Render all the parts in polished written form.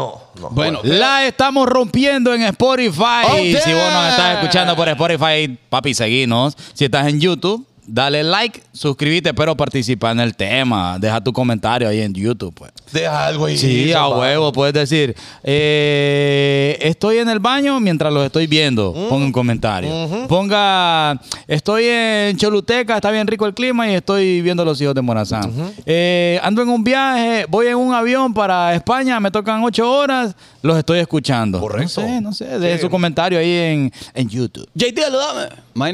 Bueno, la estamos rompiendo en Spotify. Oh, si vos nos estás escuchando por Spotify, papi, seguinos. Si estás en YouTube, dale like, suscríbete, pero participa en el tema. Deja tu comentario ahí en YouTube, pues. Deja algo ahí. Sí, a huevo, puedes decir, estoy en el baño mientras los estoy viendo. Ponga un comentario. Ponga, estoy en Choluteca, está bien rico el clima y estoy viendo los hijos de Morazán. Ando en un viaje, voy en un avión para España, me tocan 8 horas, los estoy escuchando. Correcto. No sé, deje su comentario ahí en YouTube. JD, saludame.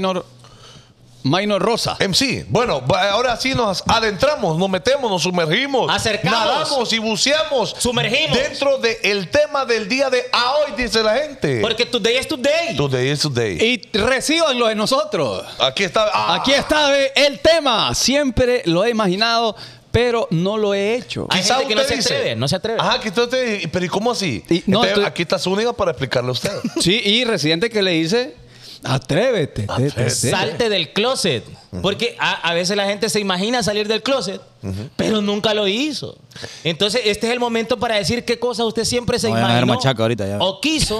Minor Rosa. MC. Bueno, ahora sí nos adentramos, nos metemos, nos sumergimos. Acercamos. Nadamos y buceamos. Sumergimos. Dentro del tema del día de hoy, dice la gente. Porque today es today. Today is today. Y recíbanlo de nosotros. Aquí está. Aquí está el tema. Siempre lo he imaginado, pero no lo he hecho. Hay Quizá gente que no usted se dice. atreve, no se atreve. Ajá, aquí está usted. Pero ¿y cómo así? Aquí está Zúñiga para explicarle a usted. Sí, y Residente que le dice, atrévete. Salte del closet. Porque a veces la gente se imagina salir del closet, pero nunca lo hizo. Entonces, este es el momento para decir qué cosas usted siempre se No vayan a ver imaginó machaca ahorita ya. o quiso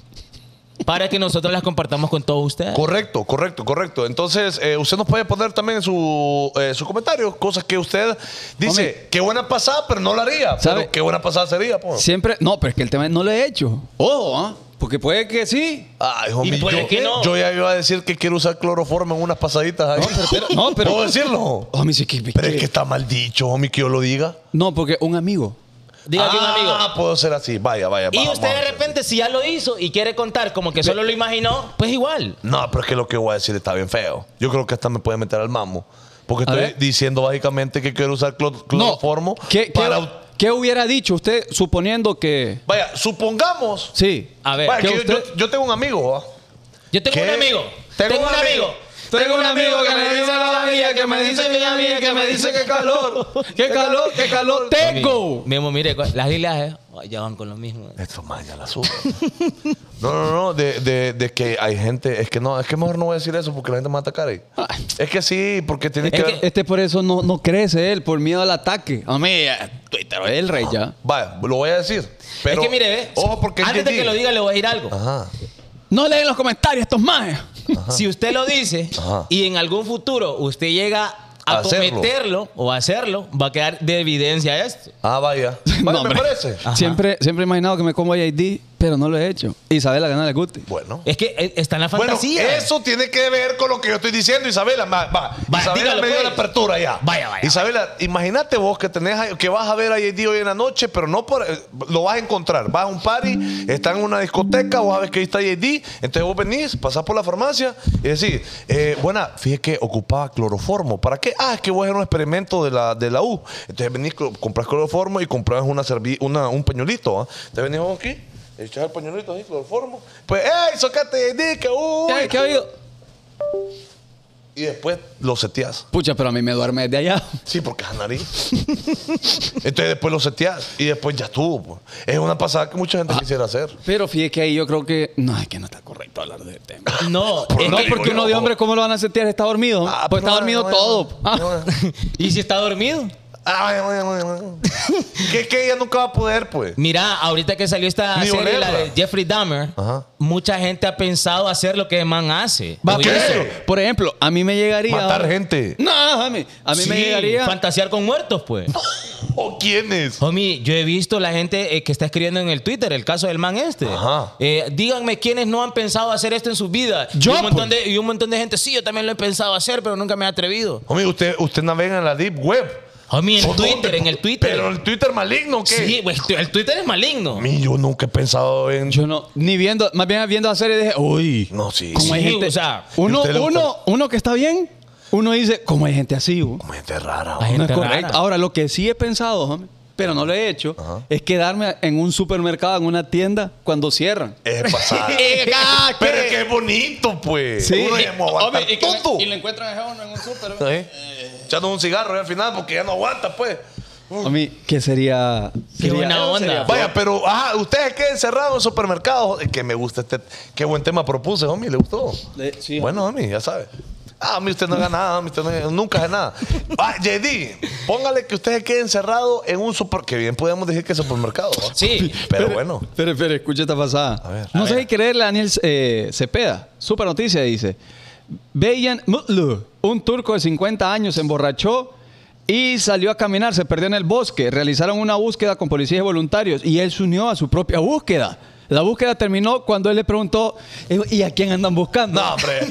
para que nosotros las compartamos con todos ustedes. Correcto. Entonces, usted nos puede poner también en su comentario cosas que usted dice, Hombre, qué buena pasada, pero no la haría. ¿sabe? Pero qué buena pasada sería, pues. Siempre, no, pero es que el tema no lo he hecho. Ojo, ¿ah? Porque puede que sí. Ay, homie, Y puede que no. yo ya iba a decir que quiero usar cloroformo en unas pasaditas ahí. No, pero ¿Puedo decirlo? Homie, sí, Pero es que está mal dicho, homie, que yo lo diga. No, porque un amigo. Diga que un amigo. Puedo ser así. Vaya. Y vamos, usted de vamos. repente, si ya lo hizo y quiere contar como que solo lo imaginó, pues igual. No, pero es que lo que voy a decir está bien feo. Yo creo que hasta me puede meter al mamo. Porque A estoy ver. diciendo básicamente que quiero usar cloroformo para... ¿Qué hubiera dicho usted suponiendo que... Vaya, supongamos... Sí. A ver, Vaya, ¿qué que usted- yo tengo un amigo, ¿va? yo tengo ¿Qué? un amigo. Tengo un amigo. Tengo un amigo que me dice la mía, que me dice mi amiga, que me dice que calor, qué calor tengo. Memo, mire, las islas ya van con lo mismo. Esto mañana la suba. No. De que hay gente... Es que mejor no voy a decir eso porque la gente me va a atacar ahí. Es que sí, porque tiene que ver... Este por eso no crece él, por miedo al ataque. A mí, Twitter es el rey ya. Vaya, lo voy a decir. Pero, es que mire, ve. Ojo, porque es antes de JD. que lo diga, le voy a decir algo. Ajá. No leen los comentarios estos majes. Si usted lo dice Ajá. y en algún futuro usted llega a Hacerlo. cometerlo o a hacerlo, va a quedar de evidencia esto. Vaya. Vaya, No, me hombre. parece. Siempre he imaginado que me como a JD, pero no lo he hecho. Isabela, que no le guste. Bueno. Es que está en la Bueno, fantasía. eso tiene que ver con lo que yo estoy diciendo, Isabela. Isabela dígalo, me dio pues. la apertura ya. Vaya. Isabela, imagínate vos que vas a ver a JD hoy en la noche, pero no lo vas a encontrar. Vas a un party, está en una discoteca, vos sabes que ahí está JD, entonces vos venís, pasás por la farmacia y decís, buena, fíjate que ocupaba cloroformo. ¿Para qué? Es que vos eras un experimento de la U. Entonces venís, compras cloroformo y compras un pañuelito. Entonces venís vos aquí, echas el pañuelito ahí, cloroformo. Pues, ¡ey, socate JD! Que uy. ¿Qué ha habido? Y después lo seteas. Pucha, pero a mí me duerme desde allá. Sí, porque es nariz. Entonces después lo seteas y después ya estuvo. Pues. Es una pasada que mucha gente quisiera hacer. Pero fíjate que ahí yo creo que... No, es que no está correcto hablar del tema. No, No, porque uno de hombre, ¿cómo lo van a sentir? Está dormido. Pues está dormido todo. ¿Y si está dormido? Que ella nunca va a poder, pues. Mira, ahorita que salió esta Ni serie, la olerla. de Jeffrey Dahmer, Ajá. mucha gente ha pensado hacer lo que el man hace. Va, Oye, por ejemplo, a mí me llegaría... Matar gente. No, a mí sí, me llegaría... fantasear con muertos, pues. ¿O quiénes? Homie, yo he visto la gente que está escribiendo en el Twitter el caso del man este. Ajá. Díganme quiénes no han pensado hacer esto en sus vidas. Yo, y un montón de gente, sí, yo también lo he pensado hacer, pero nunca me he atrevido. Homie, usted navega en la Deep Web. Homie, en ¿Por Twitter, dónde? en el Twitter. Pero el Twitter maligno, ¿qué? Sí, pues, el Twitter es maligno. Homie, yo nunca he pensado en... Yo no... Ni viendo... Más bien viendo la serie dije... Uy. No, sí. ¿Cómo hay Sí, gente? o sea, uno, ¿y usted le gusta? uno que está bien, uno dice... ¿Cómo hay gente así? Como gente rara. Hay homie. No es gente correcto. rara. Ahora, lo que sí he pensado, homie, pero no lo he hecho, es quedarme en un supermercado, en una tienda, cuando cierran. Es pasada. Pero es que es bonito, pues. Sí. Uno ya no aguanta Homie, todo. y lo encuentran a uno en un super. ¿Sí? Echando un cigarro al final porque ya no aguanta, pues. A mí, ¿qué sería? Qué buena eso onda. sería- Vaya, pero ustedes queden encerrados en supermercados. Que me gusta qué buen tema propuse, homie, ¿le gustó? Sí, Bueno, homie, ya sabes. A mí usted no haga nada, a mí usted nunca hace nada. JD, póngale que usted se quede encerrado en un que bien podemos decir que es supermercado. ¿no? Sí. Pero bueno. Espere, escucha esta pasada. A ver. No sé si creerle a Daniel Cepeda. Super noticia, dice. Beyan Mutlu, un turco de 50 años, se emborrachó y salió a caminar, se perdió en el bosque. Realizaron una búsqueda con policías y voluntarios y él se unió a su propia búsqueda. La búsqueda terminó cuando él le preguntó, ¿y a quién andan buscando? No, hombre.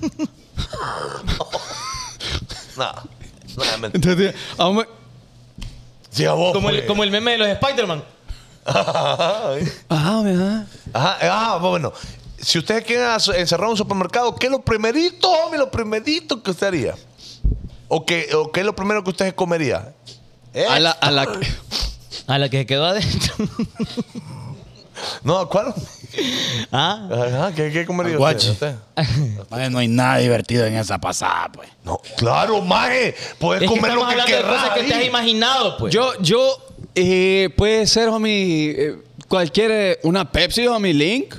No, mentira. Entonces, Sí, a vos, Como el meme de los Spider-Man. Ajá, bueno. Si ustedes quieren encerrar un supermercado, ¿qué es lo primerito, homie? Lo primerito que usted haría. ¿O qué es lo primero que usted se comería? a la A la que se quedó adentro. No, ¿cuál? ¿Ah? Ajá, ¿qué comería Guachi. usted? Maje, no hay nada divertido en esa pasada, pues. No, claro, maje. Puedes Es que comer lo estamos que hablando de querrás. cosas que te has ahí. imaginado, pues. puede ser, homie, cualquier, una Pepsi, homie, Link.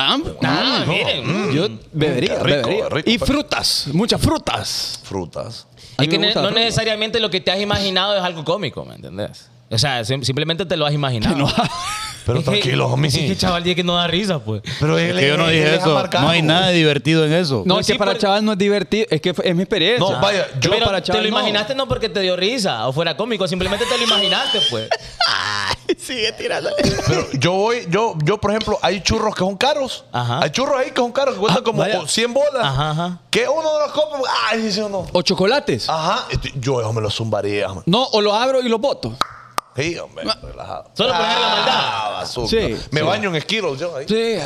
Miren. Yo bebería, rico, bebería. rico, Y pues. frutas, muchas frutas. Frutas. A Es mí que me gusta no la fruta. necesariamente lo que te has imaginado es algo cómico, ¿me entendés? O sea, simplemente te lo has imaginado. No. Pero Es que- tranquilo, homie. Es que chaval dice que no da risa, pues. Pero Es que yo no dije eso. No hay nada divertido en eso. No, Pues es que sí, para por- chaval no es divertido. Es que es mi experiencia. No, vaya, yo Pero para te chaval lo no. imaginaste no porque te dio risa o fuera cómico, simplemente te lo imaginaste, pues. Sigue tirando. Pero yo, por ejemplo, hay churros que son caros. Ajá. Hay churros ahí que son caros, que cuestan como vaya. 100 bolas. Ajá. Que uno de los compra. Ay, dice uno. O chocolates. Ajá. Yo me lo zumbaría. hombre. No, o los abro y los boto. Sí, hombre, relajado. Solo por dejar la maldad. Bazooka. Sí, Me sí. baño en Skittles yo ahí. Sí.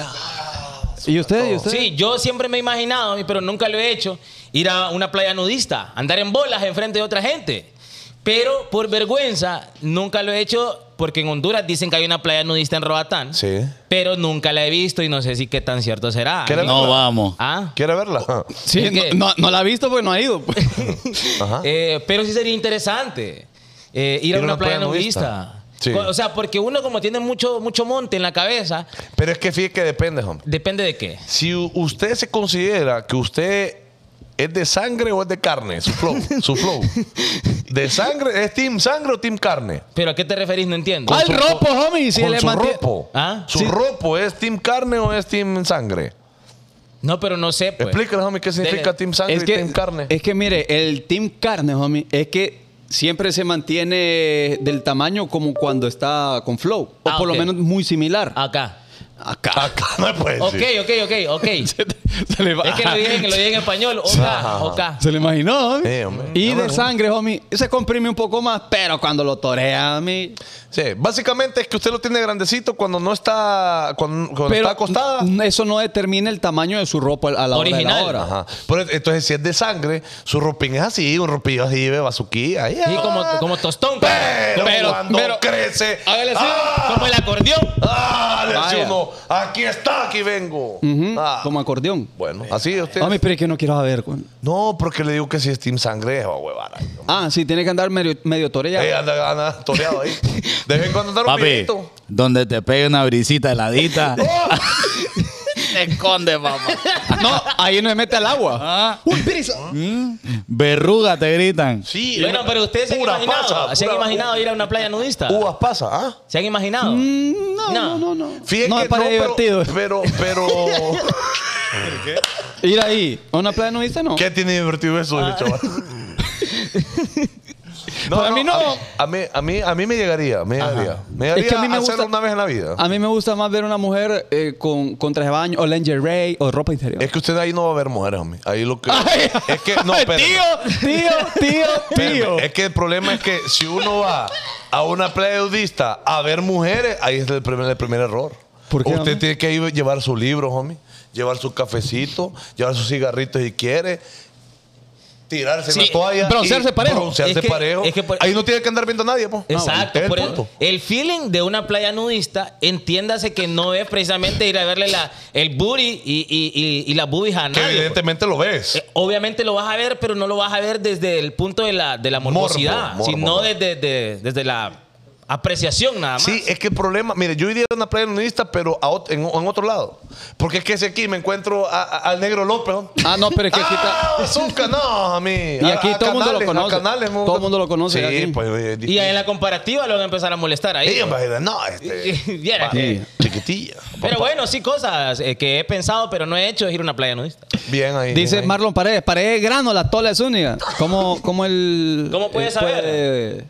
¿Y usted? ¿Y usted? Sí, yo siempre me he imaginado, pero nunca lo he hecho, ir a una playa nudista, andar en bolas enfrente de otra gente. Pero por vergüenza, nunca lo he hecho porque en Honduras dicen que hay una playa nudista en Roatán. Sí. Pero nunca la he visto y no sé si qué tan cierto será. ¿Qué era? No vamos. Ah. ¿Quiere verla? Sí, Es que- no la ha visto porque no ha ido. Ajá. Pero sí sería interesante ir a una playa nudista. Sí. O sea, porque uno como tiene mucho monte en la cabeza, Pero es que fíjate que depende, hombre. depende de qué. Si usted se considera que usted es de sangre o es de carne, su flow, su flow. ¿De sangre? ¿Es team sangre o team carne? ¿Pero a qué te referís? No entiendo. ¿Cuál ropo, homie? Si Con le su mantiene- ropo. ¿Ah? ¿Su Sí. ropo es team carne o es team sangre? No, pero no sé, pues. Explícanos, homie, qué significa Dele. team sangre Es y que, team carne. es que mire, el team carne, homie, es que siempre se mantiene del tamaño como cuando está con flow. O por ok. lo menos muy similar. Acá. Acá. Acá no puede Ok, decir. ok. Se le va. Es que lo dije en español. Oka. Se le imaginó, homie. Sí, hombre. Y No, de no. sangre, homie, se comprime un poco más, pero cuando lo torea, homie. Sí, básicamente es que usted lo tiene grandecito cuando no está, cuando está acostada. Eso no determina el tamaño de su ropa a la Original. hora de la hora. Ajá. Entonces, si es de sangre, su ropín es así, un ropillo así, de bazuquilla. Ahí, Sí, como tostón. pero cuando crece. hágale así. Como el acordeón. Le hace Vaya. uno, aquí está, aquí vengo. Como acordeón. Bueno, así usted. Homie, pero es que no quiero saber. No, porque le digo que si es team sangre, va a huevar. Sí, tiene que andar medio toreado. Anda toreado ahí. De vez en cuando andar un Papi, viejito. donde te pegue una brisita heladita. Te esconde, papá. No, ahí no se mete al agua. Ah, ¡Uy, brisa! verruga te gritan. Sí, Bueno, pero ustedes se han pura imaginado. pasa, ¿Se han pura- imaginado ir a una playa nudista? Uvas pasa, ¿ah? ¿Se han imaginado? No. Fíjate No me que parece divertido. Pero, Ir ahí a una playa nudista, no. ¿qué tiene divertido eso, chaval? Para mí no. A mí me llegaría, me llegaría. Me llegaría Es que a mí me hacerlo gusta- una vez en la vida. A mí me gusta más ver una mujer con traje de baño o lingerie o ropa interior. Es que usted ahí no va a ver mujeres, homie. Ahí lo que... Ay. es que, no, espérame. tío. Espérame. Es que el problema es que si uno va a una playa nudista a ver mujeres, ahí es el primer error. ¿Por qué, Usted homie? tiene que ir llevar su libro, homie. Llevar su cafecito, llevar sus cigarritos si quiere. Tirarse en Sí, la toalla. broncearse y parejo. Broncearse Es que- parejo. es que por- Ahí no tiene que andar viendo a nadie, po. Exacto. Es el por punto. el feeling de una playa nudista, entiéndase que no es precisamente ir a verle el booty y las boobies a Que nadie. evidentemente lo ves. Obviamente lo vas a ver, pero no lo vas a ver desde el punto de la morbosidad, Morbo, sino morbo. desde la apreciación nada más. Sí, es que el problema, mire, yo iría a una playa nudista, pero en otro lado. Porque es que si aquí me encuentro al Negro López. ¿No? Ah, no, pero es que aquí está... Azúcar, no, a mí. Y aquí todo el mundo lo conoce. Canales, Todo el mundo lo conoce Sí, aquí. pues. Y en la comparativa lo van a empezar a molestar ahí. Ella pues. va a decir, no, Viera que- chiquitilla. Pero bueno, sí, cosas que he pensado, pero no he hecho, es ir a una playa nudista. Bien ahí. Dice bien ahí. Marlon Paredes, Paredes grano, la tola es única. ¿Cómo puede saber?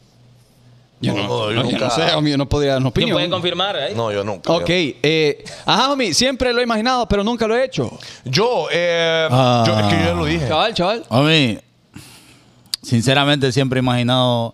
Yo No, yo yo nunca. no sé, homie, yo no podría dar una ¿Quién opinión. puede confirmar? Ahí? No, yo nunca. Ok, ajá, homie, siempre lo he imaginado, pero nunca lo he hecho. Yo, es que yo ya lo dije. Chaval. Homie, sinceramente siempre he imaginado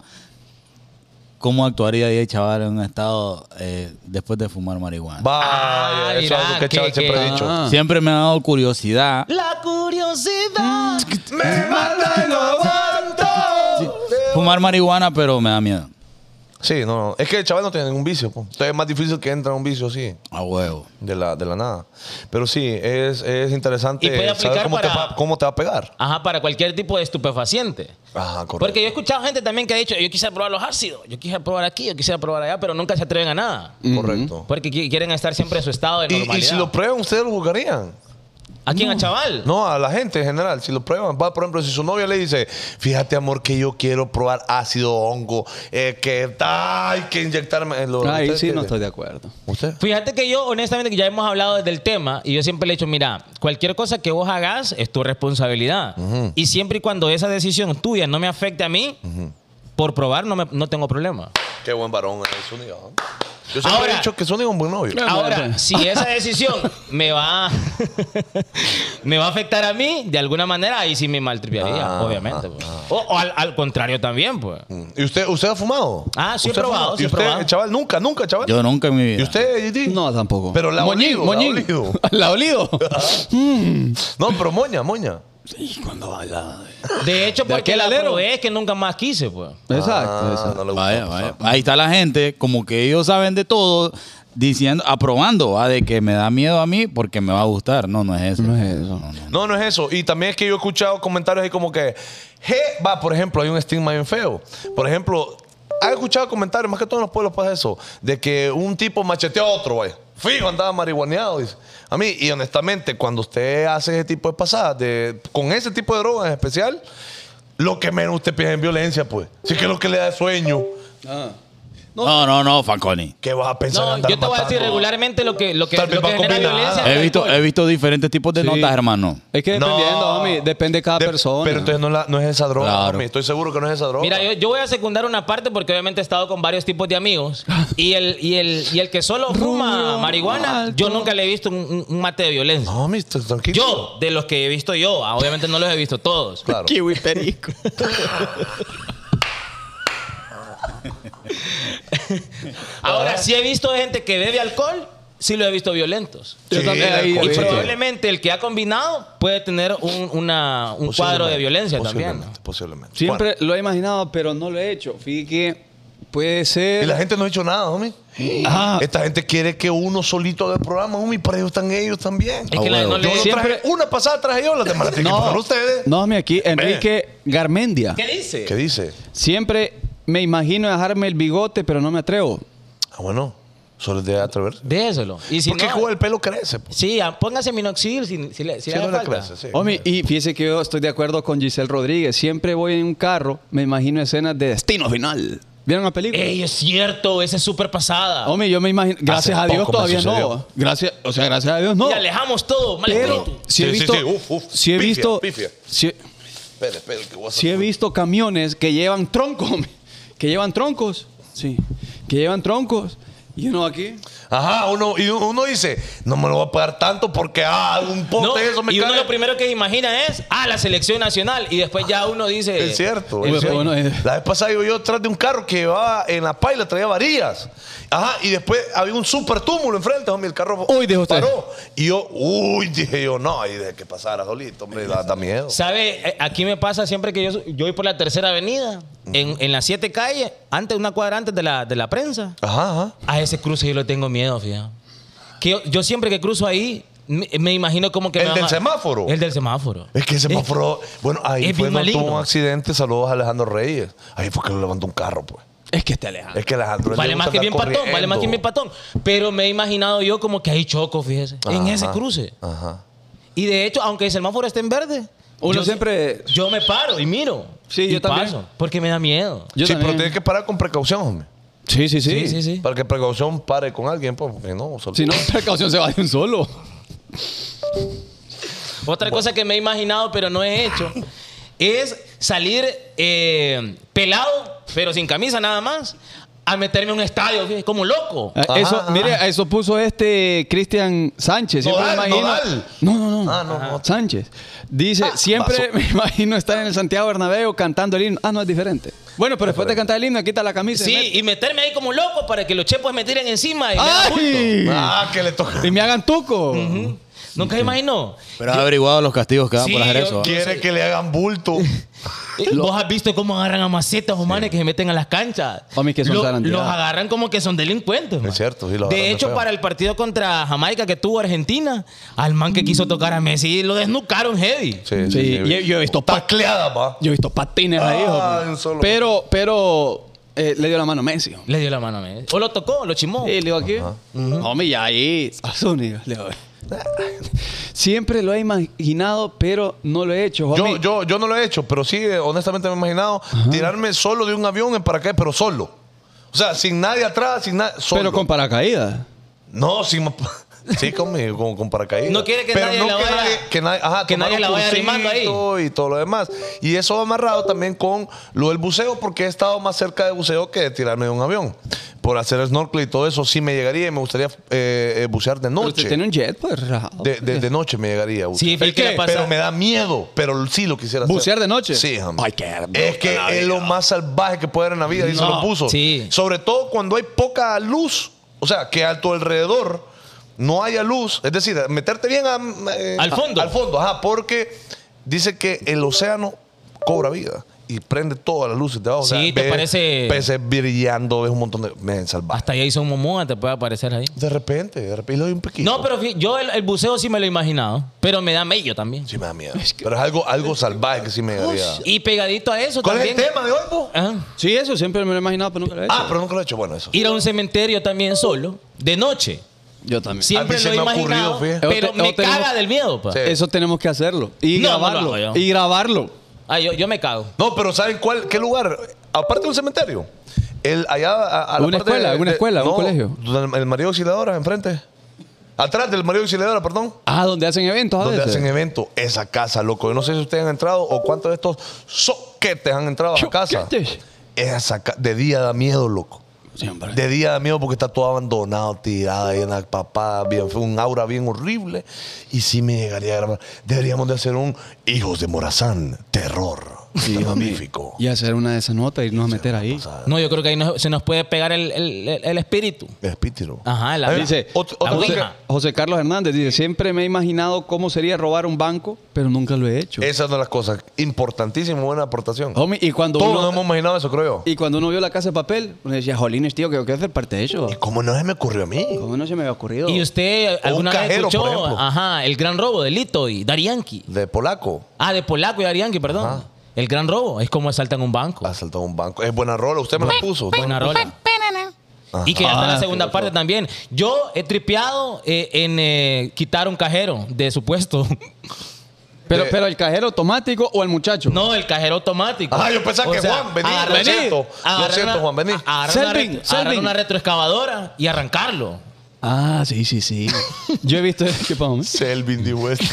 cómo actuaría el chaval en un estado después de fumar marihuana. Vaya, eso es algo que Chaval siempre ha dicho. Ah. Siempre me ha dado curiosidad. La curiosidad. Me mata y no aguanto. Fumar marihuana, pero me da miedo. Sí, no. Es que el chaval no tiene ningún vicio. Po. Entonces es más difícil que entre en un vicio así. A huevo. De la nada. Pero sí, es interesante Y puede saber aplicar cómo te va a pegar. Ajá, para cualquier tipo de estupefaciente. Ajá, correcto. Porque yo he escuchado gente también que ha dicho, yo quisiera probar los ácidos, yo quisiera probar aquí, yo quisiera probar allá, pero nunca se atreven a nada. Correcto. Porque quieren estar siempre en su estado de normalidad. Y si lo prueban, ¿ustedes lo jugarían? ¿A quién? ¿A chaval? No, a la gente en general. Si lo prueban, va, por ejemplo, si su novia le dice, fíjate, amor, que yo quiero probar ácido hongo, que hay que inyectarme. Ahí ¿Usted sí qué? no estoy de acuerdo. ¿Usted? Fíjate que yo, honestamente, que ya hemos hablado del tema y yo siempre le he dicho, mira, cualquier cosa que vos hagas es tu responsabilidad. Y siempre y cuando esa decisión tuya no me afecte a mí, por probar no tengo problema. Qué buen varón es Zúñiga. Yo siempre Ahora- he dicho que Zúñiga es un buen novio. Ahora, si esa decisión me va a afectar a mí, de alguna manera, ahí sí me maltripearía, obviamente. Pues. O al contrario también, pues. ¿Y usted ha fumado? Ah, sí he ¿Usted ha probado, fumado? sí ¿Y he usted, probado. chaval, nunca, chaval? Yo nunca en mi vida. ¿Y usted, Gigi? No, tampoco. Pero la ha olido, la ha olido. ¿La ha olido? No, pero moña. Sí, cuando baila. De hecho, ¿De porque aquel la alero? probé es que nunca más quise, pues. Exacto. No le gusta. Vaya. Ahí está la gente, como que ellos saben de todo, diciendo, aprobando, de que me da miedo a mí porque me va a gustar. No es eso. No es eso. No es eso. Y también es que yo he escuchado comentarios ahí como que, por ejemplo, hay un estigma bien feo. Por ejemplo, he escuchado comentarios, más que todo en los pueblos pasa eso, de que un tipo macheteó a otro, güey. Fijo, andaba marihuaneado. Dice. A mí, y honestamente, cuando usted hace ese tipo de pasadas, con ese tipo de drogas en especial, lo que menos usted piensa en violencia, pues. Sí que es lo que le da sueño. No, Fanconi. ¿Qué vas a pensar? No, andar yo te voy a decir matando? regularmente lo que Tal vez va a genera combinar. violencia. He visto diferentes tipos de Sí. notas, hermano. Es que dependiendo, No. homie, depende de cada persona. Pero entonces no es esa droga, Claro. homie. Estoy seguro que no es esa droga. Mira, yo voy a secundar una parte porque obviamente he estado con varios tipos de amigos y el que solo fuma marihuana, yo nunca le he visto un mate de violencia. No, homie, tranquilo. Yo, de los que he visto yo, obviamente no los he visto todos. Claro. Kiwi perico. Ahora, sí he visto gente que bebe alcohol, sí lo he visto violentos. Yo Sí, también ahí- el Y alcohol, sí. probablemente el que ha combinado puede tener un cuadro de violencia también. Posiblemente. Siempre lo he imaginado, pero no lo he hecho. Fíjate que puede Bueno, ser. y la gente no ha hecho nada, homie. Ah, Esta gente quiere que uno solito haga el programa, homie. Para ellos están ellos también. Es que no Yo le- lo Siempre- traje una pasada, traje yo, las demás las tienen que pasar ustedes. no, homie, aquí Enrique Garmendia. ¿Qué dice? ¿Qué dice? Siempre me imagino dejarme el bigote, pero no me atrevo. Ah, bueno, solo es de atreverse. Déselo. Y si Porque no, el pelo crece. Pues. sí, póngase minoxidil si le Sí, hace no le falta. crece, sí. Homie, y fíjese que yo estoy de acuerdo con Giselle Rodríguez. Siempre voy en un carro, me imagino escenas de Destino Final. ¿Vieron la película? Ey, es cierto, esa es súper pasada. Homie, yo me imagino. Gracias Hace a Dios poco me todavía sucedió. no. Gracias a Dios no. Y alejamos todo, mal Pero espíritu. sí he Sí, visto. sí, uf, sí he pifia, visto. pifia. Sí, Espere, que voy a sí he sacar- visto camiones que llevan troncos, homie. Que llevan troncos. Sí. Que llevan troncos. Y uno aquí. Ajá, uno dice, no me lo voy a pagar tanto porque un poste No, de eso me y uno cae. lo primero que imagina es, la selección nacional. Y después ya uno dice... Es cierto. Uy, es cierto. bueno, La vez pasada iba yo detrás de un carro que llevaba en la paila, traía varillas. Ajá, y después había un súper túmulo enfrente, hombre, el carro Uy, dijo usted. paró. Y yo, dije yo, no, y dejé que pasara solito, hombre, da miedo. ¿Sabe? Aquí me pasa siempre que yo voy por la tercera avenida, en las 7 calles, una cuadra antes de la prensa. Ajá. A ese cruce yo le tengo miedo, fíjate. Que yo siempre que cruzo ahí, me imagino como que... ¿El me del van a- semáforo? El del semáforo. Es que el semáforo, bueno, ahí es fue bien donde tuvo maligno. un accidente, saludos a Alejandro Reyes. Ahí fue que lo levantó un carro, pues. Es que Alejandro. Es que Alejandro Vale le más gusta que bien andar patón, vale más que corriendo. bien patón. Pero me he imaginado yo como que hay choco, fíjese, en ese cruce. Ajá. Y de hecho, aunque el semáforo esté en verde, Uno yo siempre... yo me paro y miro. Sí, y yo también. paso, porque me da miedo. Yo Sí, también. pero tienes que parar con precaución, hombre. Sí, sí, sí. Sí, sí, sí. Para que precaución pare con alguien, pues, porque no. Solo... Si no, precaución se va de un solo. Otra cosa que me he imaginado, pero no he hecho, es salir pelado, pero sin camisa nada más, a meterme en un estadio, fíjate, como loco. Eso, mire, eso puso Cristian Sánchez. Siempre Nodal, me imagino. Nodal. No. Ah, no. Sánchez. Dice, siempre vaso. me imagino estar en el Santiago Bernabéu cantando el himno. Ah, no, es diferente. Bueno, pero después de cantar el himno, quita la camisa. Sí, y meterme ahí como loco para que los chepos me tiren encima y me hagan bulto. ¡Ay! Ah, que le toca. Y me hagan tuco. ¿Nunca se imaginó? Pero has averiguado los castigos que dan Sí, por hacer yo- eso. Quiere que le hagan bulto. ¿Vos has visto cómo agarran a macetas o manes que se meten a las canchas? Homie, que son zarandeados. Los agarran como que son delincuentes. man. Es cierto, sí, los agarran De de hecho, feo. para el partido contra Jamaica que tuvo Argentina, al man que quiso tocar a Messi lo desnucaron heavy. Sí, Sí, yo he visto Tacleada, va. Yo he visto patines ahí, Ah, hombre. en solo. Pero le dio la mano a Messi. Le dio la mano a Messi. O lo tocó, lo chimó. Y le digo aquí. Hombre, ya ahí. A Zúñiga, le digo. Siempre lo he imaginado, pero no lo he hecho. homie. Yo no lo he hecho, pero sí, honestamente me he imaginado tirarme solo de un avión en paracaídas, pero solo. O sea, sin nadie atrás, sin nada, solo. Pero con paracaídas. No, sin... Sí, con paracaídas. No quiere que pero nadie no la que vaya- nadie, que nadie, ajá, que tomar nadie un la vaya arrimando ahí. cursito y todo lo demás. Y eso va amarrado también con lo del buceo, porque he estado más cerca de buceo que de tirarme de un avión. Por hacer snorkel y todo eso, sí me llegaría y me gustaría bucear de Pero usted noche. tiene un jet, pues relajado. De noche me llegaría a bucear. Sí, ¿El ¿qué le qué? pasa? Pero me da miedo, pero sí lo quisiera hacer. ¿Bucear de noche? Sí, hombre. Ay, qué hermoso. Es que es lo más salvaje que puede haber en la vida, dice No, los buzos. sí. Sobre todo cuando hay poca luz, o sea, que a tu alrededor no haya luz. Es decir, meterte bien Al fondo. Al fondo, ajá, porque dice que el océano cobra vida y prende todas las luces de abajo. Sí, te ves parece- peces brillando, ves un montón de... Men, salvaje. Hasta Jason Momoa te puede aparecer ahí. De repente le doy un piquito. No, pero yo el buceo sí me lo he imaginado. Pero me da mello también. Sí me da miedo. Pero es algo salvaje que sí me daría. Y pegadito a eso ¿Cuál también. es el tema de hoy, po? Ajá. Sí, eso siempre me lo he imaginado, pero nunca lo he hecho. Ah, pero nunca lo he hecho. Bueno, eso. Ir a un cementerio también solo, de noche. Yo también. Siempre A mí se lo he me ha ocurrido, imaginado, fíjate. pero Eso me tenemos- caga del miedo, pa. Sí. Eso tenemos que hacerlo. Y No, no lo grabarlo. hago yo. Y grabarlo. Ah, yo me cago. No, pero ¿saben qué lugar? Aparte de un cementerio. Allá a la Una parte escuela, una escuela, un colegio. El María Auxiliadora, enfrente. Atrás del María Auxiliadora, perdón. Ah, donde hacen eventos a Donde veces. hacen eventos. Esa casa, loco. Yo no sé si ustedes han entrado o cuántos de estos soquetes han entrado a la casa. Soquetes. De día da miedo, loco. Sí, hombre. De día da miedo porque está todo abandonado, tirada ahí en la papada, un aura bien horrible. Y sí me llegaría a grabar. Deberíamos de hacer un Hijos de Morazán, terror. Sí, terrorífico. Y hacer una de esas notas y irnos a meter ahí. No, yo creo que ahí se nos puede pegar el espíritu. Espíritu. Ajá, la Dice, Otra la cosa ouija. José Carlos Hernández dice, siempre me he imaginado cómo sería robar un banco, pero nunca lo he hecho. Esa es una de las cosas. Importantísima, buena aportación. Homie, y cuando Todos uno, nos hemos imaginado eso, creo yo. y cuando uno vio La Casa de Papel, uno decía, jolines, tío, que yo quiero hacer parte de eso. ¿Y cómo no se me ocurrió a mí? ¿Cómo no se me había ocurrido? ¿Y usted alguna vez cajero, por escuchó ejemplo. ajá, el gran robo de Lito y Daddy Yankee? De polaco. Ah, de Polaco y Daddy Yankee, perdón. Ajá. El gran robo es como asaltan un banco. Asaltó un banco. Es buena rola. Usted me la puso. Buena rola. Y que ya está en la segunda qué parte también. Yo he tripeado en quitar un cajero de su puesto. pero el cajero automático o el muchacho. No, el cajero automático. Ah, yo pensaba que Juan, vení, agarrar- lo siento. agarrar Lo siento, una- Juan, vení. agarrar Selvin. una retroexcavadora y arrancarlo. Ah, sí. Yo he visto... ¿Qué pasa, homie? Selvin de West.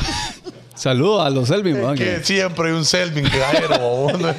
Saludos a los Selvin, man, Que siempre hay un Selvin cajero. babón.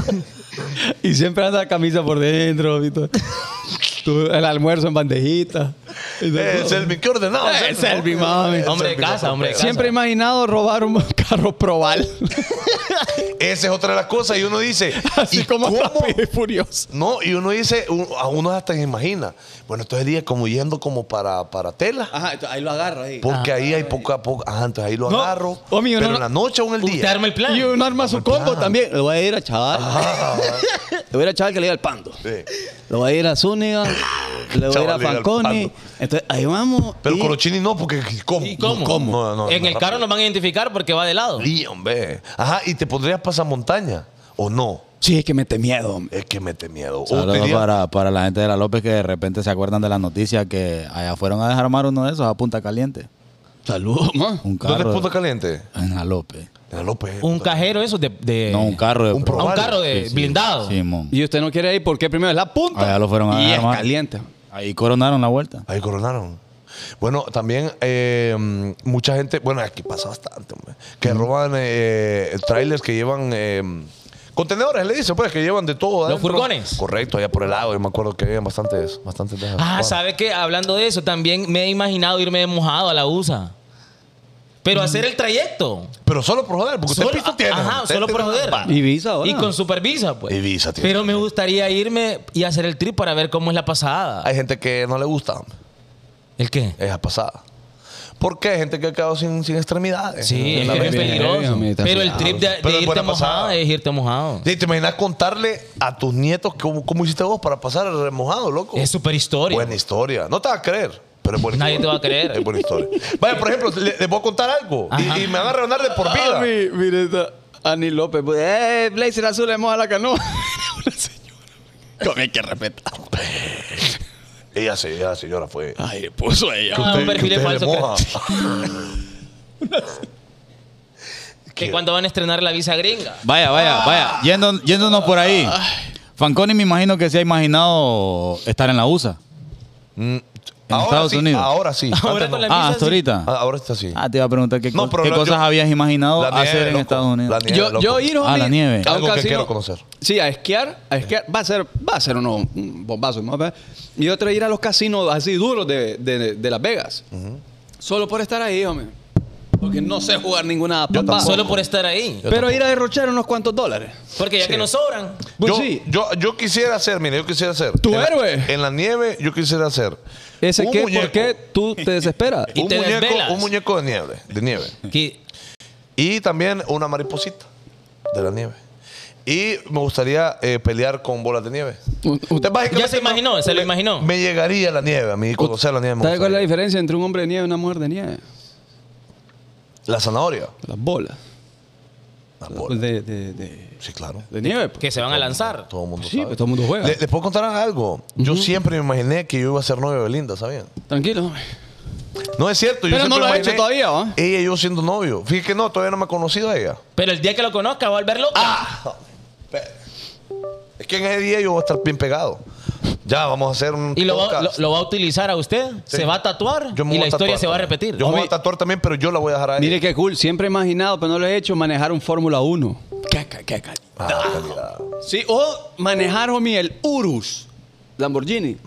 Y siempre anda la camisa por dentro. y todo. El almuerzo en bandejita. Selvin, qué ordenado. Selvin, mami. Hombre de casa, hombre de casa. Siempre he imaginado robar un carro Proval. Esa es otra de las cosas. Y uno dice, Así ¿y como cómo? Rápido y Furioso. No, y uno dice, a uno hasta se imagina. Bueno, entonces sería como yendo como para tela. Ajá, ahí lo agarro ahí. Porque ahí hay poco a poco. Ajá, entonces ahí lo No, agarro. homie, uno pero no- en la noche o en el Usted día. arma el plan. Y uno arma su combo también. Le voy a ir a chaval. Le voy a ir a chaval que le diga al Pando. Sí. Le voy a ir a Zúñiga. Le voy a ir a Chaval, le diga al Fanconi. Pando. Entonces, ahí vamos. Pero y- Corochini no, porque ¿cómo? ¿Y cómo? No, en el rápido. carro nos van a identificar porque va de lado. Sí, hombre. Ajá, y te pondrías pasamontaña. ¿O no? Sí, es que mete miedo, hombre. Es que mete miedo. Saludos para la gente de la López que de repente se acuerdan de la noticia que allá fueron a desarmar uno de esos a Punta Caliente. Saludos, man. Un ¿Dónde carro es Punta Caliente? en la López. En la López. Un cajero eso No, un carro de Un pro- a un carro de Sí, sí. blindado. Sí, mon. Y usted no quiere ir porque primero es la punta. Allá lo fueron a y es desarmar. caliente. Ahí coronaron la vuelta. Ahí coronaron. Bueno, también mucha gente, bueno, aquí pasa bastante, hombre, que roban trailers que llevan contenedores, le dicen, pues, que llevan de todo. Los adentro. furgones. Correcto, allá por el lago, yo me acuerdo que había bastantes de esas. Ah, ¿sabe qué? Hablando de eso, también me he imaginado irme de mojado a la USA. Pero hacer el trayecto. Pero solo por joder, porque usted pisto tiene. Ajá, Usted solo por tiene- joder. Y visa ahora. Y con supervisa, pues. Y visa tiene. Pero me gustaría irme y hacer el trip para ver cómo es la pasada. Hay gente que no le gusta ¿El qué? esa pasada. Porque hay gente que ha quedado sin extremidades. Sí, En es la que es vida. peligroso. Bien, Pero el está trip de Pero es irte buena mojado pasada. es irte mojado. Sí, ¿te imaginas contarle a tus nietos cómo hiciste vos para pasar el remojado, loco? Es súper historia. Buena historia. No te vas a creer, pero es buena Nadie historia. te va a creer. Es buena historia. Vaya, por ejemplo, les voy a contar algo Ajá. y me van a regalar de por vida. Mire esta Ani López. Blazer azul le moja la canoa. Una señora. Como hay que respetar. Esa señora fue. Ay, le puso ella. Ah, un perfil usted falso. le moja. Que cuando van a estrenar la visa gringa. Vaya. Yéndonos por ahí. Fanconi me imagino que se ha imaginado estar en la USA. En Estados Unidos. Ahora sí. Ahora Antes con no. la visa Hasta sí. ahorita. Ahora está así. Ah, te iba a preguntar qué, No, pero qué yo- cosas habías imaginado La nieve, hacer en loco. Estados Unidos. La nieve, loco. Yo ir, homie, la nieve. a un Algo que casino. quiero conocer. Sí, a esquiar. Va a ser un bombazo. ¿no? Y otra ir a los casinos así duros de Las Vegas. Solo por estar ahí, hombre. Porque no sé jugar ninguna papá. tampoco. Solo por estar ahí. Pero ir a derrochar unos cuantos dólares. Porque ya que nos sobran. Pues Yo, sí. yo quisiera hacer, mire, yo quisiera hacer. Tu en héroe. En la nieve, yo quisiera hacer. ¿Ese un qué? muñeco. ¿Por qué tú te desesperas? Y te desvelas. Un muñeco de nieve. Que- Y también una mariposita de la nieve. Y me gustaría pelear con bolas de nieve. Usted básicamente Ya se imaginó, se lo imaginó. Me llegaría la nieve a mí, conocer la nieve. me ¿Sabes cuál es la gustaría. diferencia entre un hombre de nieve y una mujer de nieve? La zanahoria. Las bolas. La bola. De Sí, claro. nieve. pues. que se van a lanzar. Todo el mundo Sí, sabe. pues todo el mundo juega. ¿Les puedo contar algo? Yo siempre me imaginé que yo iba a ser novio de Belinda, ¿sabían? Tranquilo, hombre. No es cierto. Yo Pero no siempre lo ha imaginé hecho todavía, ¿va? Ella y yo siendo novio. Fíjate que no, todavía no me ha conocido a ella. Pero el día que lo conozca va a volver loca. Ah. Es que en ese día yo voy a estar bien pegado. Ya, vamos a hacer un Y lo va, podcast. lo va a utilizar a usted. Sí. Se va a tatuar. Yo me Y voy la a historia tatuar se va a también. repetir. Yo me voy a Homie. tatuar también, pero yo la voy a dejar a ella. Mire qué cool. Siempre he imaginado, pero no lo he hecho, manejar un Fórmula 1. Qué calidad. Calidad. Sí, o manejar, homie, el Urus Lamborghini.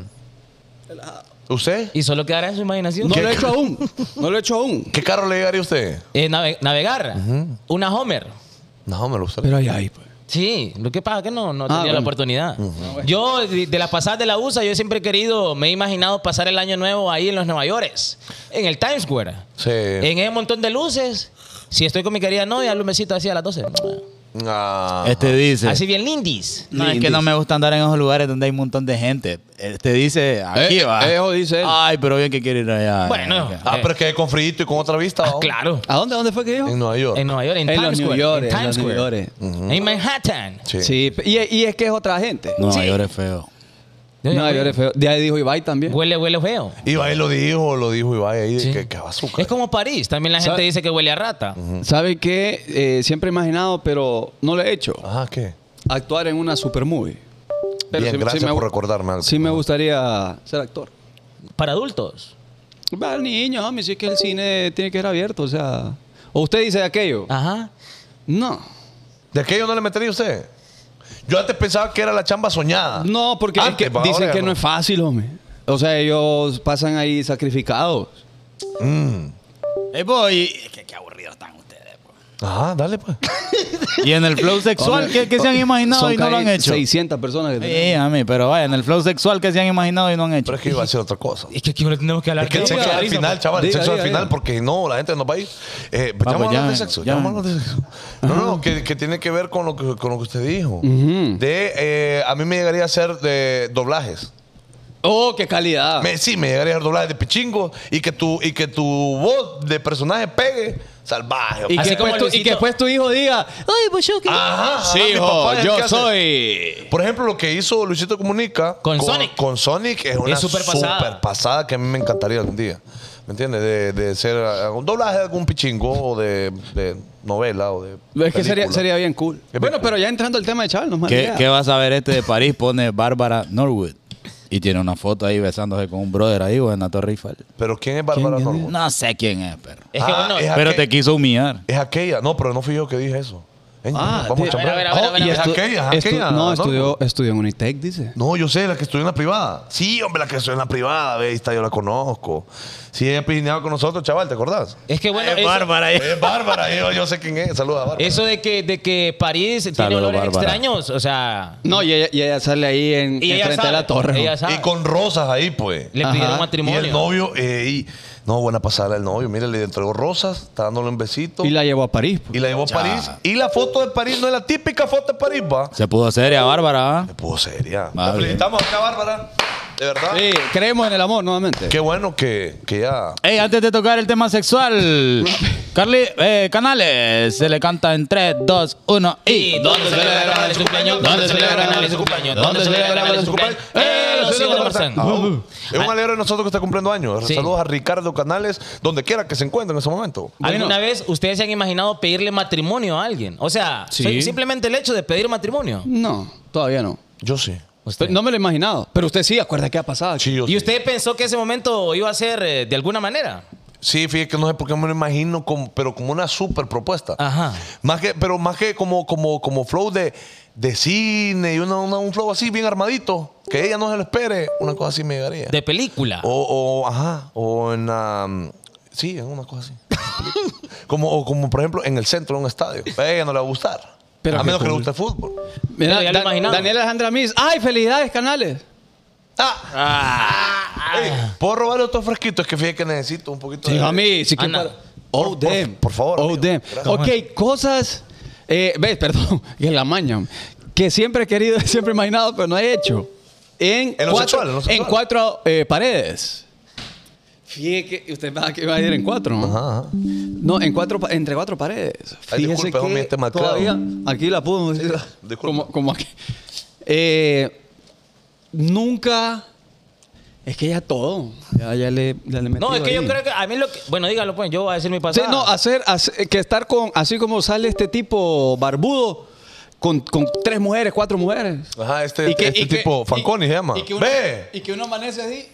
¿Usted? Y solo quedará en su imaginación. No lo he hecho aún. No lo he hecho aún. ¿Qué carro le llegaría a usted? Navegar. Una Homer. No, me lo gusta. Pero ahí, pues. Sí, lo que pasa es que no tenía bueno. la oportunidad. Yo, de las pasadas de la USA, yo siempre he querido, me he imaginado pasar el año nuevo ahí en los Nueva York, en el Times Square. Sí. En ese montón de luces. Si estoy con mi querida novia, un besito así a las 12. Ah. Este dice. Así bien lindis. No, es que no me gusta andar en esos lugares donde hay un montón de gente. Este dice, aquí va. Eso dice él. Ay, pero bien que quiere ir allá. Bueno. Pero es que con frío y con otra vista. ¿no? Claro. ¿A dónde? ¿Dónde fue que dijo? En Nueva York. En Nueva York, en En Times los New Square. York. En En Times los New Square. York. En Manhattan. Sí. Sí, y es que es otra gente. Nueva Sí. York es feo. Nueva York es feo. De ahí dijo Ibai también. Huele feo. Ibai lo dijo Ibai ahí, Sí. que bazooka. Es como París. También la gente ¿Sabe? dice que huele a rata. ¿Sabe qué? Siempre he imaginado, pero no lo he hecho. Ajá, ¿qué? Actuar en una super movie. Bien, gracias por recordarme algo. Sí me gustaría ser actor. Para adultos. Va al niño, homie, si es que el cine tiene que ser abierto, o sea... ¿O usted dice aquello? Ajá. No. ¿De aquello no le metería usted? Yo antes pensaba que era la chamba soñada. No, porque es Antes, que pa' dicen ahora que ya no es fácil, hombre. O sea, ellos pasan ahí sacrificados. Boy, qué aburridos están ustedes. Ajá, dale pues. Y en el flow sexual, ¿qué se han imaginado Son y no lo han casi hecho? 600 personas que Sí, tenemos. a mí, pero vaya, en el flow sexual, ¿qué se han imaginado y no han hecho? Pero es que iba a ser otra cosa. Es que aquí ahora tenemos que hablar Es que el de sexo eso. al final, chaval, el Diga, sexo al diga, final, diga. porque no, la gente no va a ir. pues Vamos a hablar de llamen, sexo. llamen. Vamos a hablar de sexo. No, que tiene que ver con lo que usted dijo. Ujú. A mí me llegaría a hacer de doblajes. Oh, qué calidad. Sí, me llegaría a hacer doblajes de pichingo y que tu voz de personaje pegue salvaje. Y Así que, como después y que Luisito. después tu hijo diga, ay, pues yo qué. Ajá. Sí, mi hijo, papá es el que yo hace. soy. Por ejemplo, lo que hizo Luisito Comunica Con Sonic. Con Sonic es una súper pasada. super pasada que a mí me encantaría algún día. ¿Me entiendes? De ser un doblaje de algún pichingo o de novela o de. Es que película. sería bien cool. bien Bueno, cool. pero ya entrando al tema de Chaval, no es mala ¿Qué, idea. qué vas a ver este de París? Pone Bárbara Norwood. Y tiene una foto ahí besándose con un brother ahí, güey, en la Torre Eiffel. Pero ¿quién es Bárbara ¿Quién es? Norwood? No sé quién es, pero. Es que bueno, es Pero aquel- te quiso humillar. Es aquella. No, pero no fui yo que dije eso. Ah, Vamos sí. a chambrar. A ver, a ver, a ver, y es aquella, es aquella. No, Norwood. estudió en Unitec, dice. No, yo sé, la que estudió en la privada. Sí, hombre, la que estudió en la privada, ve, ahí está, yo la conozco. Sí, ella pidineaba con nosotros, chaval, ¿te acordás? es que bueno, Es eso, Bárbara, yo sé quién es. Saluda a Bárbara. eso de que París tiene Saludos, olores Bárbara. extraños, o sea, No, y ella sale ahí y ella enfrente sabe, de la torre. ella ¿no? sabe. Y con rosas ahí, pues. Le pidieron Ajá. Y matrimonio. el novio, no, buena pasada el novio. Mire, le entregó rosas, está dándole un besito. Y la llevó a París. pues. Y la llevó a París. Y la foto de París no es la típica foto de París, va. Se pudo seria, Bárbara. ¿ah? Me pudo seria. Vale. La felicitamos acá, Bárbara. De verdad. Sí, creemos en el amor nuevamente. Qué bueno que ya. Ey, antes de tocar el tema sexual, Carly, Canales, se le canta en 3, 2, 1 ¿Y dónde celebra Canales su cumpleaños? ¿Dónde celebra Canales su cumpleaños? ¿Dónde celebra Canales su cumpleaños? Los hijos de Marzán. Es un alero de nosotros que está cumpliendo años. Sí. Saludos a Ricardo Canales, donde quiera que se encuentre en ese momento. ¿Alguna vez ustedes se han imaginado pedirle matrimonio a alguien? O sea, Sí. simplemente el hecho de pedir matrimonio. No, todavía no. Yo sí. Pero no me lo he imaginado. Pero usted sí, acuerda qué ha pasado. Sí, yo ¿Y sí. usted pensó que ese momento iba a ser de alguna manera? Sí, fíjate que no sé por qué me lo imagino, pero como una super propuesta. Ajá. Más que como flow de cine y un flow así bien armadito. Que ella no se lo espere. Una cosa así me llegaría. De película. O en... sí, en una cosa así. como por ejemplo en el centro de un estadio. A ella no le va a gustar. Pero a qué menos que le cool. guste el fútbol. Mira, Pero ya lo imaginaba. Daniela Alejandra Miss. ¡Ay, felicidades, Canales! Ey, ¿puedo robarle otro fresquito? Es que fíjate que necesito un poquito Sí, de... a mí, sí que Ana. para- Oh, damn. por favor, Oh, amigo. damn. Gracias. Ok, cosas... ves, perdón, que la maña. Que siempre he querido, siempre he imaginado, pero no he hecho. En lo sexual, en lo sexual. 4 paredes. Fíjate que usted va a ir en 4, ¿no? Ajá. No, entre 4 paredes. Ay, Fíjese disculpe, homie, que este malcriado. todavía aquí la puedo decir. Disculpe. Como aquí. Nunca... Es que ya todo. Ya le metí No, es que yo ahí. creo que a mí lo que... Bueno, dígalo pues, yo voy a decir mi Sí, pasado. no, hacer que estar con, así como sale este tipo barbudo, con 3 mujeres, 4 mujeres. Ajá, este tipo, Fanconi se llama. ¡Ve! Y que uno amanece así.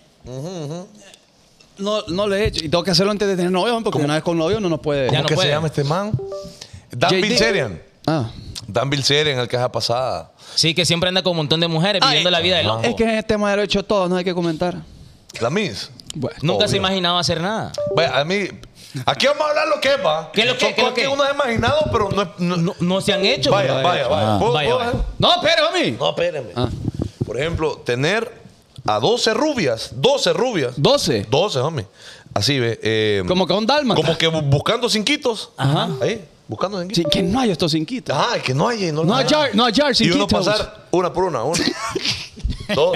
No le he hecho. Y tengo que hacerlo antes de tener novio, porque una vez con novio no nos puede. Ya ¿Cómo no que puede. se llama este man? Dan JD. Bilzerian. Ah. Dan Bilzerian, el que es la pasada. Sí, que siempre anda con un montón de mujeres viviendo la vida de loco. Es que en este tema ya lo he hecho todo, no hay que comentar. La Miss. Bueno. Nunca se Obvio. imaginaba hacer nada. Vaya, a mí... Aquí vamos a hablar lo que es, va. ¿Qué es lo que- Son qué es lo cosas que que? uno ha imaginado, pero no es... No se han hecho. Vaya. Vaya, ¿Puedo- vaya. puedo- No, pero a mí. No, espéreme. Ah. Por ejemplo, tener a 12 rubias. 12 rubias. 12. 12, homie. Así, ve. Como que un dálmata. Como que buscando cinquitos. Ajá. Ahí, buscando Sí, cinquitos. que no hay estos cinquitos. Ajá, es que no hay. No hay jar Y uno cinquitos. pasar una por una. 1, 2,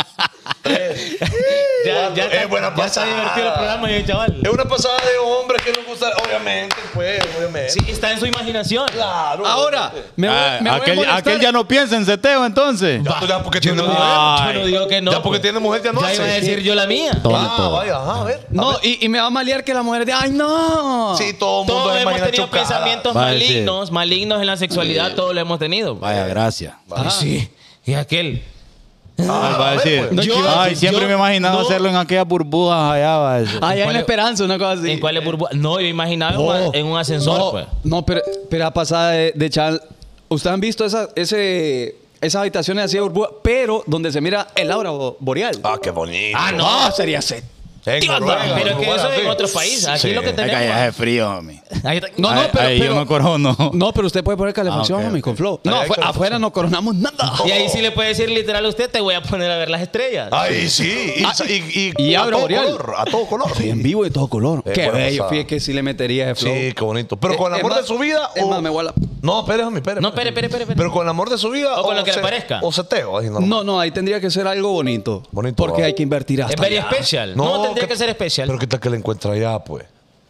3. Ya buena está pasada. divertido el programa, chaval. Es una pasada de hombres que nos gusta. Obviamente, pues, obviamente. Sí, está en su imaginación. Claro. Ahora, me voy a molestar. aquel ya no piensa en seteo, entonces. Ya porque tiene mujer. Yo no digo que no. Ya porque pues. tiene mujer, ya no Ya hace. iba a decir yo la mía. Vaya, ajá, a ver. No, y me va a malear que la mujer diga, ¡ay, no! Sí, todo el mundo Todos se hemos imagina tenido chocada. pensamientos Va a decir. malignos en la sexualidad, todos lo hemos tenido. Vaya, gracias. Ay, sí. Y aquel. Va a decir, pues. ay, siempre me he imaginado hacerlo en aquellas burbujas allá, va a decir. Allá en ¿Cuál la es- Esperanza, una cosa así. ¿En cuál es burbuja? No, yo imaginaba en un ascensor, no, pues. No, pero a pasada de chaval. ¿Ustedes han visto esas habitaciones así de burbuja, pero donde se mira el aura boreal? Ah, qué bonito. Ah, no. Sería set. En Noruega, Pero es que Noruega, eso es en sí. otros países. Aquí Sí. lo que Es que tenemos. allá es frío, homie. Ahí está. No, Ay, pero, ay, pero yo no corono. No, pero usted puede poner calefacción, Ah, ok, homie, ok. con flow. Ahí No, hay calefacción. afuera no coronamos nada. Y ahí sí le puede decir literal a usted, te voy a poner a ver las estrellas. Ay, sí. Y a aura todo boreal. color. A todo color. Sí, en vivo y de todo color. Qué buena bello. pasada. Fíjate que sí le metería ese flow. Sí, qué bonito. Pero con el Es amor más- de su vida es más, me voy a la- No, espérame. No, espere. Pero con el amor de su vida O con lo que le parezca. O seteo. Así, No, ahí tendría que ser algo bonito. Bonito, Porque va. hay que invertir hasta Es very allá. special. No, tendría que ser especial. Pero qué tal que le encuentra allá, pues.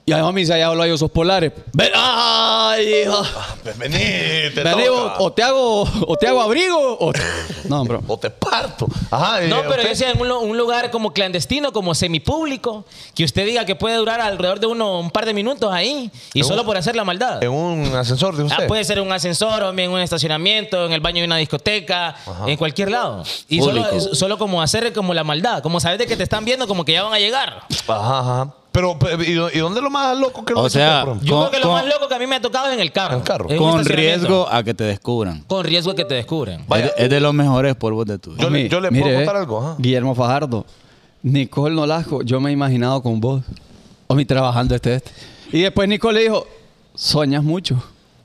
Y además me dice, allá hablo de osos polares. Ven, ¡ay, hijo! Vení, te Vení, toca. o te hago abrigo, No, bro. O te parto. Ajá. No, pero usted- yo decía en un lugar como clandestino, como semipúblico, que usted diga que puede durar alrededor de un par de minutos ahí y solo por hacer la maldad. En un ascensor de usted. Puede ser en un ascensor, o en un estacionamiento, en el baño de una discoteca, en cualquier lado. Y Público. solo como hacer como la maldad, como saber de que te están viendo, como que ya van a llegar. Ajá. Pero, ¿y dónde es lo más loco que lo O ha hecho sea, usted, por ejemplo? Yo Con- creo que lo con- más loco que a mí me ha tocado es en el carro. En el carro. En un Con estacionamiento. riesgo a que te descubran. Con riesgo de que te descubran. Vaya. Es de los mejores polvos de tu vida. Yo le puedo Mire, contar algo, ajá. Guillermo Fajardo, Nicole Nolasco, yo me he imaginado con vos. O mi trabajando este. Y después Nicole le dijo, soñas mucho.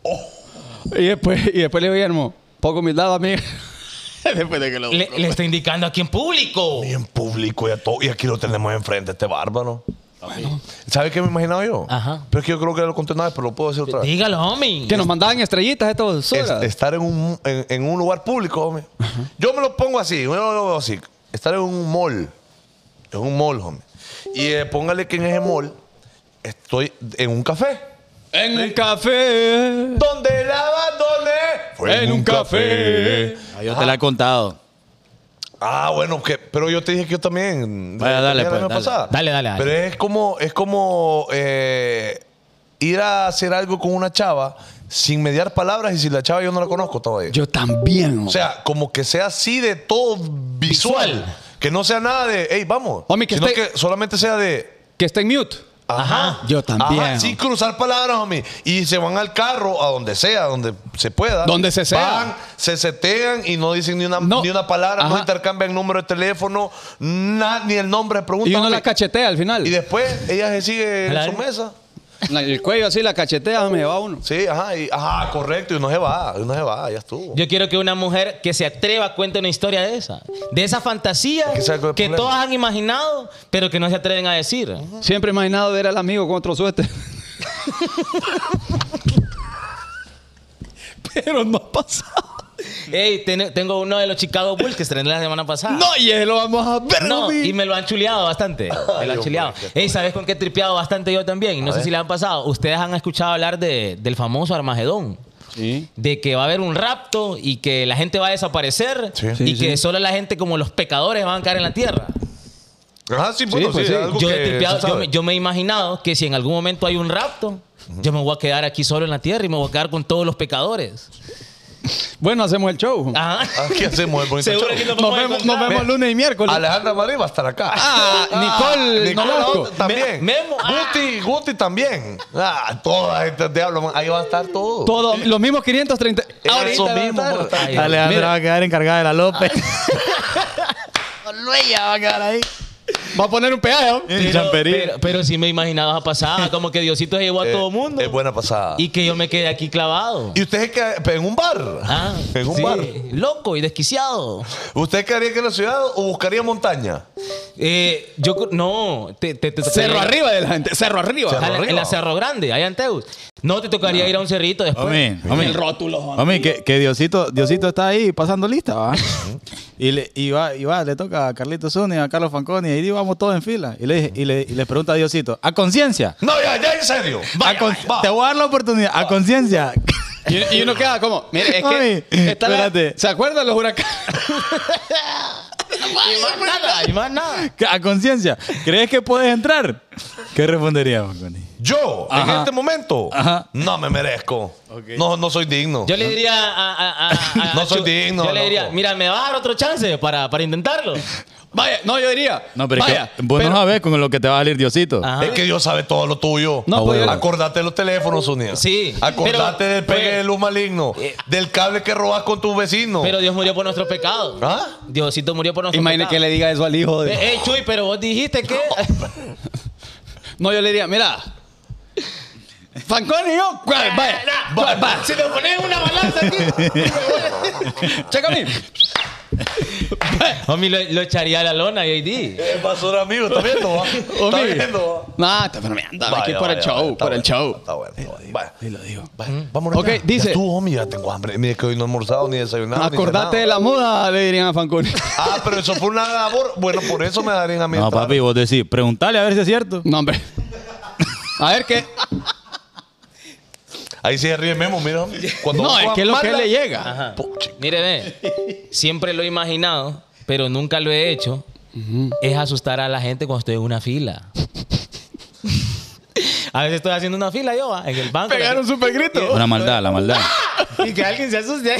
Y después le dijo, Guillermo, poco humildad, amiga. Después de que lo... Le está indicando aquí en público. Y en público y aquí lo tenemos enfrente, este bárbaro. ¿Sabe qué me he imaginado yo? Ajá. Pero es que yo creo que lo conté una vez, pero lo puedo decir otra vez. Dígalo, homie. Que nos mandaban estrellitas estos horas. Estar en un lugar público, hombre. Yo me lo pongo así, yo lo veo así. Estar en un mall. En un mall, hombre. Y póngale que en ese mall estoy en un café. En un café. Donde la abandoné. Fue En un café. Ah, yo te la he contado. Ah, bueno, pero yo te dije que yo también. Vaya, dale, la pues, semana dale. pasada. Dale. Pero es como ir a hacer algo con una chava sin mediar palabras y si la chava yo no la conozco todavía. Yo también. O sea, como que sea así de todo visual. Que no sea nada de, hey, vamos. Homie, que sino esté- que solamente sea de, que está en mute. ajá. Yo también. Ajá, sí, cruzar palabras, homie. Y se van al carro, a donde sea, donde se pueda. Donde se sea. Van, se setean y no dicen ni una palabra, no Ajá. intercambian número de teléfono, ni el nombre de pregunta. Y uno homie. la cachetea al final. Y después ella se sigue en Claro. su mesa. El cuello así, la cachetea, me va uno. Sí, ajá, correcto. Y uno se va, ya estuvo. Yo quiero que una mujer que se atreva cuente una historia de esa fantasía Es que ese es el que problema. todas han imaginado, pero que no se atreven a decir. Siempre he imaginado ver al amigo con otro suéter. Pero no ha pasado. Ey, tengo uno de los Chicago Bulls que estrené la semana pasada. No, y eso lo vamos a ver. No, homie. y me lo han chuleado bastante. Me lo han chuleado. Ey, ¿sabes con qué he tripeado bastante yo también? Y no sé si le han pasado. Ustedes han escuchado hablar del famoso Armagedón. Sí. De que va a haber un rapto y que la gente va a desaparecer Sí. y Sí, que sí. solo la gente como los pecadores van a caer en la tierra. Ajá, sí, bueno, pues sí. sí. Algo Yo, que he tripeado, se sabe. yo me he imaginado que si en algún momento hay un rapto, yo me voy a quedar aquí solo en la tierra y me voy a quedar con todos los pecadores. Bueno, hacemos el show. Ajá. Aquí hacemos el bonito Seguro show. que nos Nos vamos a vemos, encontrar. nos vemos lunes y miércoles. Alejandra María va a estar acá. Nicole Nolasco. también. Memo. Guti también. Toda esta diablo, ahí va a estar todo. Todo, los mismos 530. Eso Ahorita va a mismo, estar. va a estar. Ay, Alejandra mira. va a quedar encargada de la López. Luella va a quedar ahí. Va a poner un peaje, ¿no? Pero sí me he imaginado esa pasada, como que Diosito se llevó a todo mundo Es buena pasada. y que yo me quedé aquí clavado. ¿Y usted queda en un bar? Ah, En un sí, bar. loco y desquiciado. ¿Usted quedaría aquí en la ciudad o buscaría montaña? No, te Cerro arriba de la gente. Cerro arriba. Cerro En arriba. la Cerro Grande, allá en Teus. No te tocaría ir a un cerrito después. Homie, El rótulo. homie, que Diosito está ahí pasando lista, ¿va? y va, le toca a Carlito Zúñiga, a Carlos Fanconi, y ahí vamos todos en fila. Y le pregunta a Diosito, ¿a conciencia? No, ya en serio. Te voy a dar la oportunidad, ¿a conciencia? Y uno queda como, mire, es Mami, que está espérate. ¿se acuerdan los huracanes? Y más nada. ¿A conciencia? ¿Crees que puedes entrar? ¿Qué respondería, Fanconi? Yo, en Ajá. este momento, Ajá. no me merezco. Ok. No soy digno. Yo le diría a No soy digno, Yo le diría, loco. mira, ¿me vas a dar otro chance para intentarlo? Vaya, no, yo diría. No, pero vaya, es que vos no sabés con lo que te va a salir Diosito. Ajá. Es que Dios sabe todo lo tuyo. No, pues, Acordate de los teléfonos, Zúñiga. Sí, Acordate pero- del pegue pero- de luz maligno. Del cable que robas con tu vecino. Pero Dios murió por nuestros pecados. ¿Ah? Diosito murió por nuestros Imagine que pecados. le diga eso al hijo de. Ey, Chuy, pero vos dijiste que... No, yo le diría, mira. Fanconi y yo. Vaya. Va. Si te pones una balanza aquí... Chécame. Homie, lo echaría a la lona, JD. Pasó amigo, ¿está viendo? Va? ¿Está Homie. viendo? Va? No, está bromeando. Aquí por el show, está por el bueno, show. Está bueno. Vaya. Y lo digo. Vámonos. Ok, ya. dice- Ya estuvo, homie, ya tengo hambre. Mire que hoy no he almorzado ni desayunado. ni Acordate de cenado. la muda, le dirían a Fanconi. Ah, pero eso fue una labor. Bueno, por eso me darían a mí. No, entrar. papi, vos decís, preguntale a ver si es cierto. No, hombre. A ver qué. Ahí sí se ríe Memo, mira. Cuando No, vos es cojas que es lo que mala- le llega. Ajá. Pucha. Mire, ve, siempre lo he imaginado, pero nunca lo he hecho. Es asustar a la gente cuando estoy en una fila. A veces estoy haciendo una fila yo, en el banco. Pegar un super grito. Una maldad, la maldad. Y que alguien se asuste.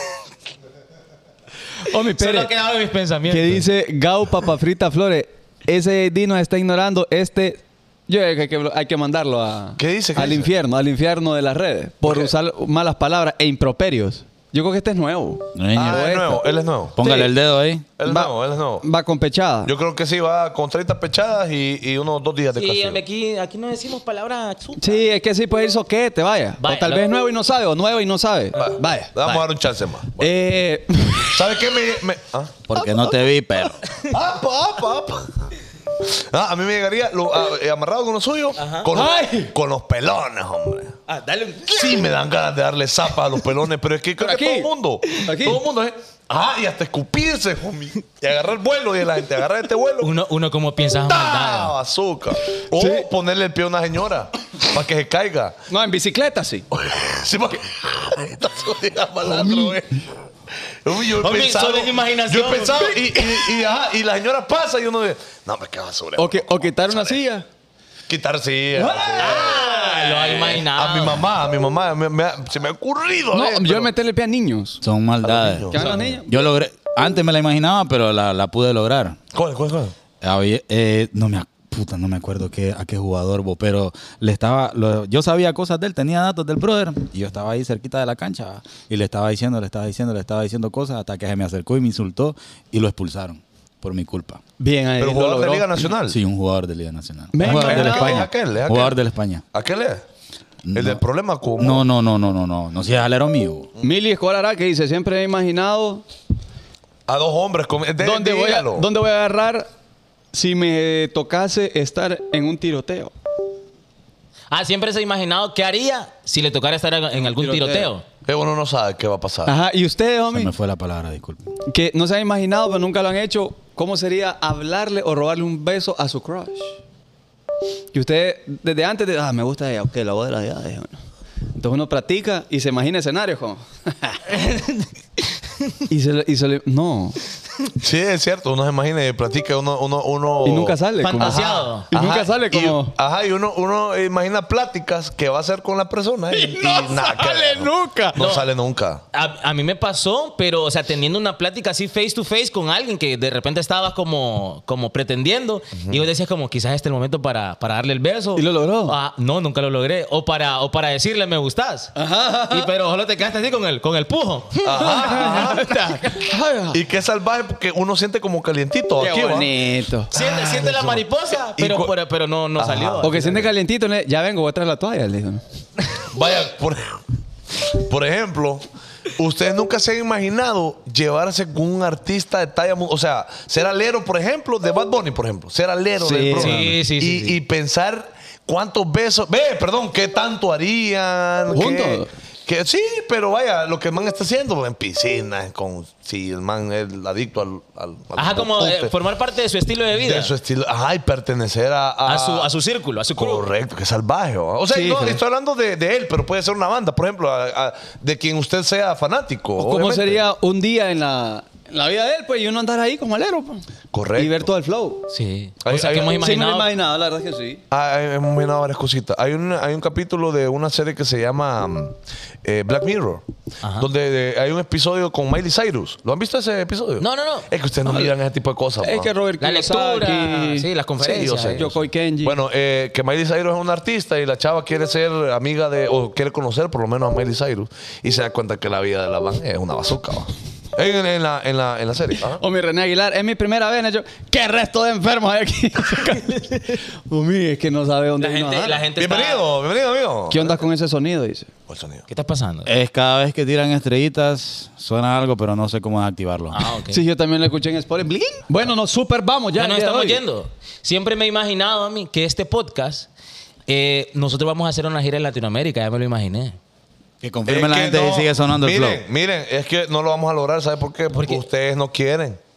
Oh, mi Solo Pere. ha quedado en mis pensamientos. Que dice Gau Papafrita Flores. Ese Dino está ignorando Yo hay que mandarlo ¿Qué dice? ¿Qué al dice? infierno de las redes. Por qué? usar malas palabras e improperios. Yo creo que este es nuevo. Niño. Ah, es nuevo, él es nuevo. Póngale Sí. el dedo ahí. Él es Va- nuevo, él es nuevo. Va con pechada. Yo creo que sí, va con 30 pechadas y unos 2 días de Sí, castigo. hombre, aquí no decimos palabras chupas. Sí, es que sí puede ir soquete, vaya. Vaya, O tal lo- vez nuevo y no sabe, o nuevo y no sabe. Vaya. Le vamos a dar un chance más. ¿Sabe qué ¿Ah? Porque no te vi, pero. Apa. A mí me llegaría amarrado con lo suyo, con los pelones, hombre. Ah, dale un... Sí me dan ganas de darle zapa a los pelones, pero es que creo Pero que aquí. todo el mundo. Aquí. Todo el mundo, ¿eh? Y hasta escupirse, homie. Y agarrar vuelo y la gente agarra este vuelo. Uno como piensa ¡Ta! maldad. Azúcar. O ponerle el pie a una señora para que se caiga. No, en bicicleta sí. Sí, porque. Esta jodida malandro, güey. Uy, yo he Homie, pensado. solo es imaginación. Yo he pensado. Y la señora pasa y uno dice, no, me queda basura. O quitar una silla. Quitar sí. Lo ha imaginado. A mi mamá se me ha ocurrido. No, yo pero- meterle pie a niños. Son maldades. niños. ¿Qué van los niños? Yo logré. Antes me la imaginaba, pero la pude lograr. ¿Cuál? No me acuerdo a qué jugador, pero yo sabía cosas de él, tenía datos del brother, y yo estaba ahí cerquita de la cancha, y le estaba diciendo cosas, hasta que se me acercó y me insultó, y lo expulsaron por mi culpa. Bien, ahí Pero lo jugador de logró. Liga Nacional. Sí, un jugador de Liga Nacional. Venga, Un jugador de la ¿es España. aquel? Jugador de la España. ¿Aquel es? El No. del problema con. No seas alero mío. Mili Escolar que dice, siempre he imaginado A 2 hombres. dónde voy a agarrar si me tocase estar en un tiroteo. Siempre se ha imaginado qué haría si le tocara estar en algún tiroteo. Uno no sabe qué va a pasar. Ajá, y ustedes, Se homie, me fue la palabra, disculpe. que no se han imaginado, pero nunca lo han hecho, ¿cómo sería hablarle o robarle un beso a su crush? Y usted, desde antes de, me gusta ella, ok, la voz de la vida, bueno. Entonces uno practica y se imagina escenarios como... No. Sí, es cierto. Uno se imagina y platica. Uno Y nunca sale. como- Fantaseado. Y nunca sale como... Y uno imagina pláticas que va a hacer con la persona. Y nada que ver, ¿no? nunca. No sale nunca. A mí me pasó, pero, o sea, teniendo una plática así face to face con alguien que de repente estabas como pretendiendo y vos decías como, quizás este es el momento para darle el beso. ¿Y lo logró? No, nunca lo logré. O para decirle me gustás. Pero solo te quedaste así con el pujo. Y qué salvaje porque uno siente como calientito Qué aquí, ¿va? bonito. Siente la mariposa, Y pero no salió. O que siente calientito, ya vengo, voy a traer la toalla, le digo, ¿no? Vaya, por ejemplo, ustedes nunca se han imaginado llevarse con un artista de talla o sea, ser alero, por ejemplo, de Bad Bunny, por ejemplo. Ser alero Sí. del programa. Sí. Y pensar cuántos besos... qué tanto harían. Juntos. Que sí, pero vaya, lo que el man está haciendo en piscinas, si el man es adicto al Ajá, como popote, formar parte de su estilo de vida. de su estilo, y pertenecer a su círculo, a su crew. Correcto, que salvaje. ¿va? O sea, Sí, no, sí. estoy hablando de él, pero puede ser una banda, por ejemplo, de quien usted sea fanático. ¿Cómo obviamente. sería un día en la vida de él, pues, y uno andar ahí como alero, pues? Correcto. Y ver todo el flow. Sí. Hay- O sea, que hemos hay- Sí, me lo he imaginado. imaginado, la verdad es que sí. Hemos imaginado varias cositas. Hay un capítulo de una serie que se llama Black Mirror, Ajá. donde hay un episodio con Miley Cyrus. ¿Lo han visto ese episodio? No. Es que ustedes no miran ese tipo de cosas. Es ¿va? que Robert La lectura, Kiyosaki, sí, las conferencias. Sí, yo sé. Yokoi Kenji. Bueno, que Miley Cyrus es una artista y la chava quiere ser amiga o quiere conocer por lo menos a Miley Cyrus y se da cuenta que la vida de la van es una bazooka. ¿va? En la serie. Ajá. O mi René Aguilar, es mi primera vez. Yo, ¿qué resto de enfermos hay aquí? Umi, es que no sabe dónde La vino a gente, dar. la gente está- Bienvenido, amigo. ¿Qué onda con ese sonido? Dice. ¿Cuál sonido? ¿Qué está pasando? Es cada vez que tiran estrellitas, suena algo, pero no sé cómo activarlo. Ok. Sí, yo también lo escuché en Spotify. ¡Bling! Bueno, nos super vamos ya. Ya nos el día de estamos hoy. yendo. Siempre me he imaginado a mí que este podcast, nosotros vamos a hacer una gira en Latinoamérica, ya me lo imaginé. Que confirme Es la que gente no. si sigue sonando el flow. Miren, es que no lo vamos a lograr. ¿Sabe por qué? Porque qué? ustedes no quieren.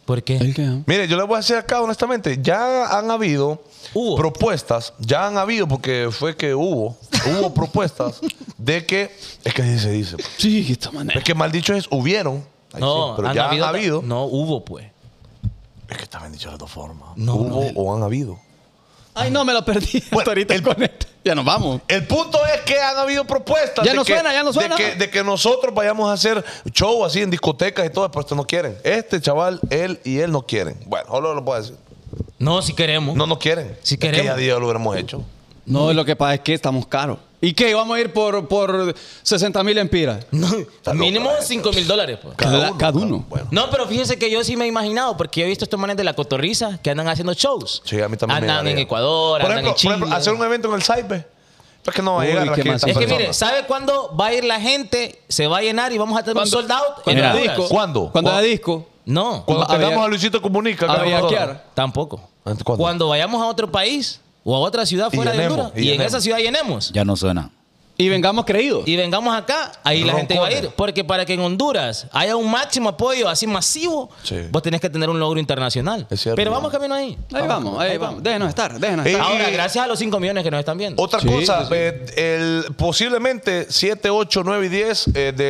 ¿Por qué? ¿El qué? Mire, yo les voy a decir acá honestamente, ya han habido Hubo. propuestas, porque fue que hubo propuestas de que, es que así se dice, Sí, de esta manera. es que mal dicho es hubieron, Ay, No, sí, pero han ya habido, han habido, No, hubo, pues. es que está bien dicho de dos formas, No, hubo o han habido. Ay, no, me lo perdí. Bueno, Hasta ahorita con esto. Ya nos vamos. El punto es que han habido propuestas Ya de no que, suena, ya no suena. de que nosotros vayamos a hacer show así en discotecas y todo, pero esto no quieren. Este chaval, él y él no quieren. Bueno, solo lo puedo decir. No, si queremos. No quieren. Si Es que queremos. ya día lo hubiéramos hecho. No, lo que pasa es que estamos caros. ¿Y qué? ¿Vamos a ir por 60,000 empiras? No, Está mínimo loco, $5,000, pues. Cada uno. Bueno. No, pero fíjense que yo sí me he imaginado, porque yo he visto estos manes de la cotorriza que andan haciendo shows. Sí, a mí también me andan en daría. Ecuador, Por andan en Chile. ejemplo, hacer un evento en el Saipe. Es que no va a Uy, llegar qué aquí más esta Es que persona. mire, ¿sabe cuándo va a ir la gente? Se va a llenar y vamos a tener un sold out. Cuando Mira. la disco. ¿Cuándo? Cuando la disco. No, Cuando A tengamos bellaquear. a Luisito Comunica. A que es bellaquear. tampoco. ¿Cuándo? Cuando vayamos a otro país o a otra ciudad Y fuera de llenemos, Honduras y y en llenemos. esa ciudad llenemos Ya no suena. Y vengamos creídos. y vengamos acá, ahí la gente va a ir. Roncones. Porque para que en Honduras haya un máximo apoyo así masivo, Sí. vos tenés que tener un logro internacional. Es cierto. Pero vamos camino ahí. Ahí vamos. Déjenos estar. Eh, Ahora, gracias a los 5 millones que nos están viendo. Otra Sí, cosa, sí, posiblemente 7, 8, 9 y 10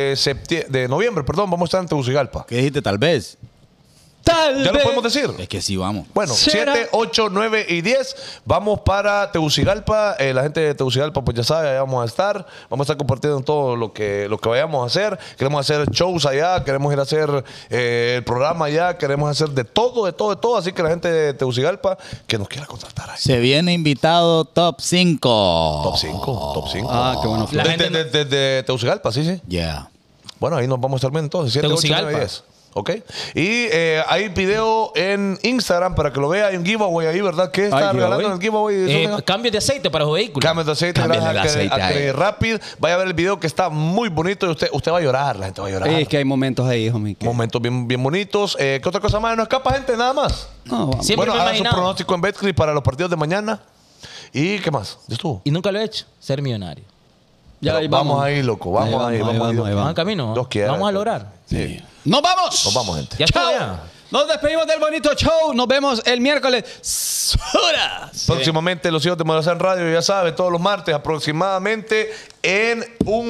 de noviembre, perdón, vamos a estar en Tegucigalpa. ¿Qué dijiste? Tal vez. Tal ¿Ya lo vez. podemos decir? Es que sí, vamos. Bueno, ¿Será? 7, 8, 9 y 10. Vamos para Tegucigalpa. La gente de Tegucigalpa, pues ya sabe, allá vamos a estar. Vamos a estar compartiendo todo lo que vayamos a hacer. Queremos hacer shows allá, queremos ir a hacer el programa allá, queremos hacer de todo. Así que la gente de Tegucigalpa que nos quiera contratar ahí. Se viene invitado top 5. Top 5. Ah, qué bueno. La gente no- De Tegucigalpa, sí. Yeah. Bueno, ahí nos vamos a estar viendo entonces. 7, 8, 9 y Tegucigalpa. 10. ¿Ok? Y hay video en Instagram para que lo vea. Hay un giveaway ahí, ¿verdad? ¿Qué está Hay regalando giveaway. en el giveaway? Zúñiga? Cambios de aceite para los vehículos. Cambios de aceite, Cambios gracias de aceite a ahí. Credit Rapid. Vaya a ver el video que está muy bonito y usted va a llorar, la gente va a llorar. Es que hay momentos ahí, hijo mío. Momentos bien bonitos. ¿Qué otra cosa más? ¿No escapa, gente? Nada más. No, vamos. Siempre Bueno, me he hagan su imaginado. pronóstico en Betclic para los partidos de mañana. ¿Y qué más? ¿Ya estuvo? Y nunca lo he hecho, ser millonario. Ya Pero ahí vamos ahí, loco. Vamos ahí. Vamos Dios en camino. Dios quiera. Vamos a lograr. Sí. ¡Nos vamos! Nos vamos, gente. Ya ¡Chao! estuvo ya. Nos despedimos del bonito show. Nos vemos el miércoles. ¡Horas! Próximamente los hijos de Morazán Radio, ya sabe, todos los martes aproximadamente en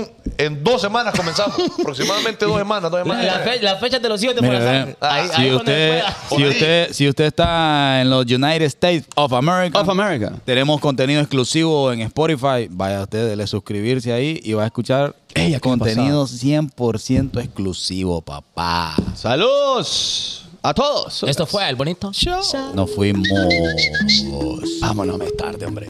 2 semanas comenzamos. Aproximadamente 2 semanas, 2 semanas. Las fechas de los hijos de Mire, Morazán. ve, Ahí si, cuando usted, pueda. si usted está en los United States of America, Of America. tenemos contenido exclusivo en Spotify. Vaya usted, dele suscribirse ahí y va a escuchar Ey, ¿qué contenido 100% exclusivo, papá. ¡Saludos! A todos. Esto fue el bonito show. Nos fuimos. Vámonos más tarde, hombre.